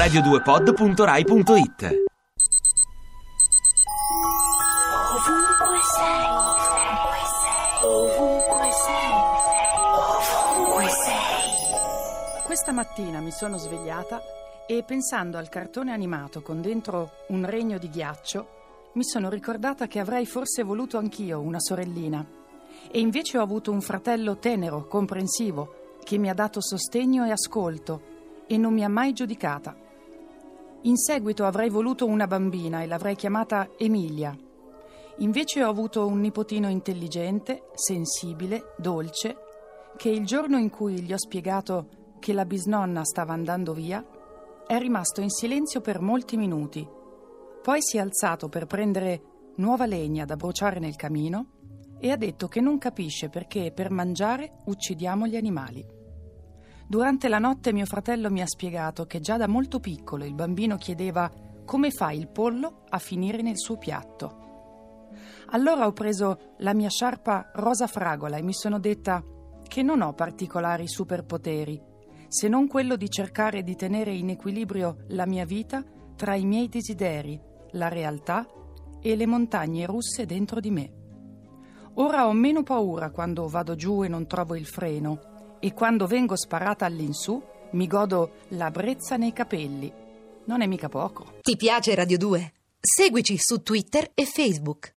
radio2pod.rai.it. Ovunque sei, ovunque sei, ovunque sei. Questa mattina mi sono svegliata e, pensando al cartone animato con dentro un regno di ghiaccio, mi sono ricordata che avrei forse voluto anch'io una sorellina, e invece ho avuto un fratello tenero, comprensivo, che mi ha dato sostegno e ascolto e non mi ha mai giudicata. In seguito avrei voluto una bambina e l'avrei chiamata Emilia. Invece ho avuto un nipotino intelligente, sensibile, dolce, che il giorno in cui gli ho spiegato che la bisnonna stava andando via, è rimasto in silenzio per molti minuti. Poi si è alzato per prendere nuova legna da bruciare nel camino e ha detto che non capisce perché per mangiare uccidiamo gli animali. Durante la notte mio fratello mi ha spiegato che già da molto piccolo il bambino chiedeva come fa il pollo a finire nel suo piatto. Allora ho preso la mia sciarpa rosa fragola e mi sono detta che non ho particolari superpoteri, se non quello di cercare di tenere in equilibrio la mia vita tra i miei desideri, la realtà e le montagne russe dentro di me. Ora ho meno paura quando vado giù e non trovo il freno, e quando vengo sparata all'insù mi godo la brezza nei capelli. Non è mica poco. Ti piace Radio 2? Seguici su Twitter e Facebook.